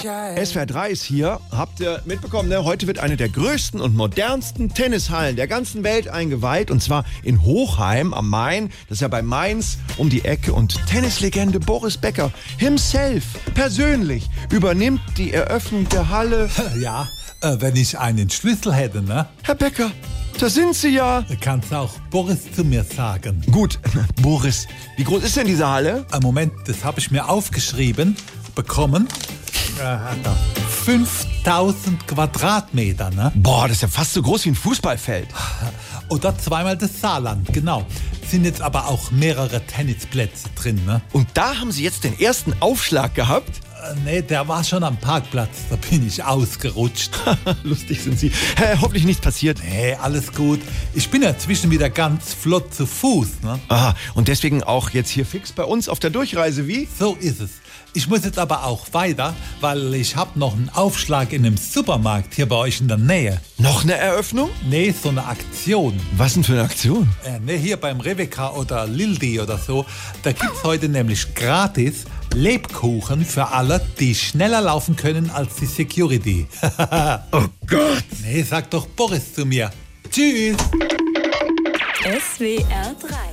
SWR 3 ist hier. Habt ihr mitbekommen, ne? Heute wird eine der größten und modernsten Tennishallen der ganzen Welt eingeweiht. Und zwar in Hochheim am Main. Das ist ja bei Mainz um die Ecke. Und Tennislegende Boris Becker himself persönlich übernimmt die Eröffnung der Halle. Ja, wenn ich einen Schlüssel hätte, ne? Herr Becker, da sind Sie ja. Kannst auch Boris zu mir sagen. Gut, Boris, wie groß ist denn diese Halle? Moment, das habe ich mir aufgeschrieben, bekommen. 5000 Quadratmeter, ne? Boah, das ist ja fast so groß wie ein Fußballfeld. Oder zweimal das Saarland, genau. Sind jetzt aber auch mehrere Tennisplätze drin, ne? Und da haben Sie jetzt den ersten Aufschlag gehabt? Nee, der war schon am Parkplatz, da bin ich ausgerutscht. Lustig sind Sie. Hoffentlich nichts passiert. Nee, alles gut. Ich bin ja zwischen wieder ganz flott zu Fuß, ne? Aha, und deswegen auch jetzt hier fix bei uns auf der Durchreise, wie? So ist es. Ich muss jetzt aber auch weiter, weil ich habe noch einen Aufschlag in einem Supermarkt hier bei euch in der Nähe. Noch eine Eröffnung? Nee, so eine Aktion. Was denn für eine Aktion? Nee, hier beim Reweca oder Lildi oder so. Da gibt's heute nämlich gratis Lebkuchen für alle, die schneller laufen können als die Security. Oh Gott! Nee, sag doch Boris zu mir. Tschüss! SWR 3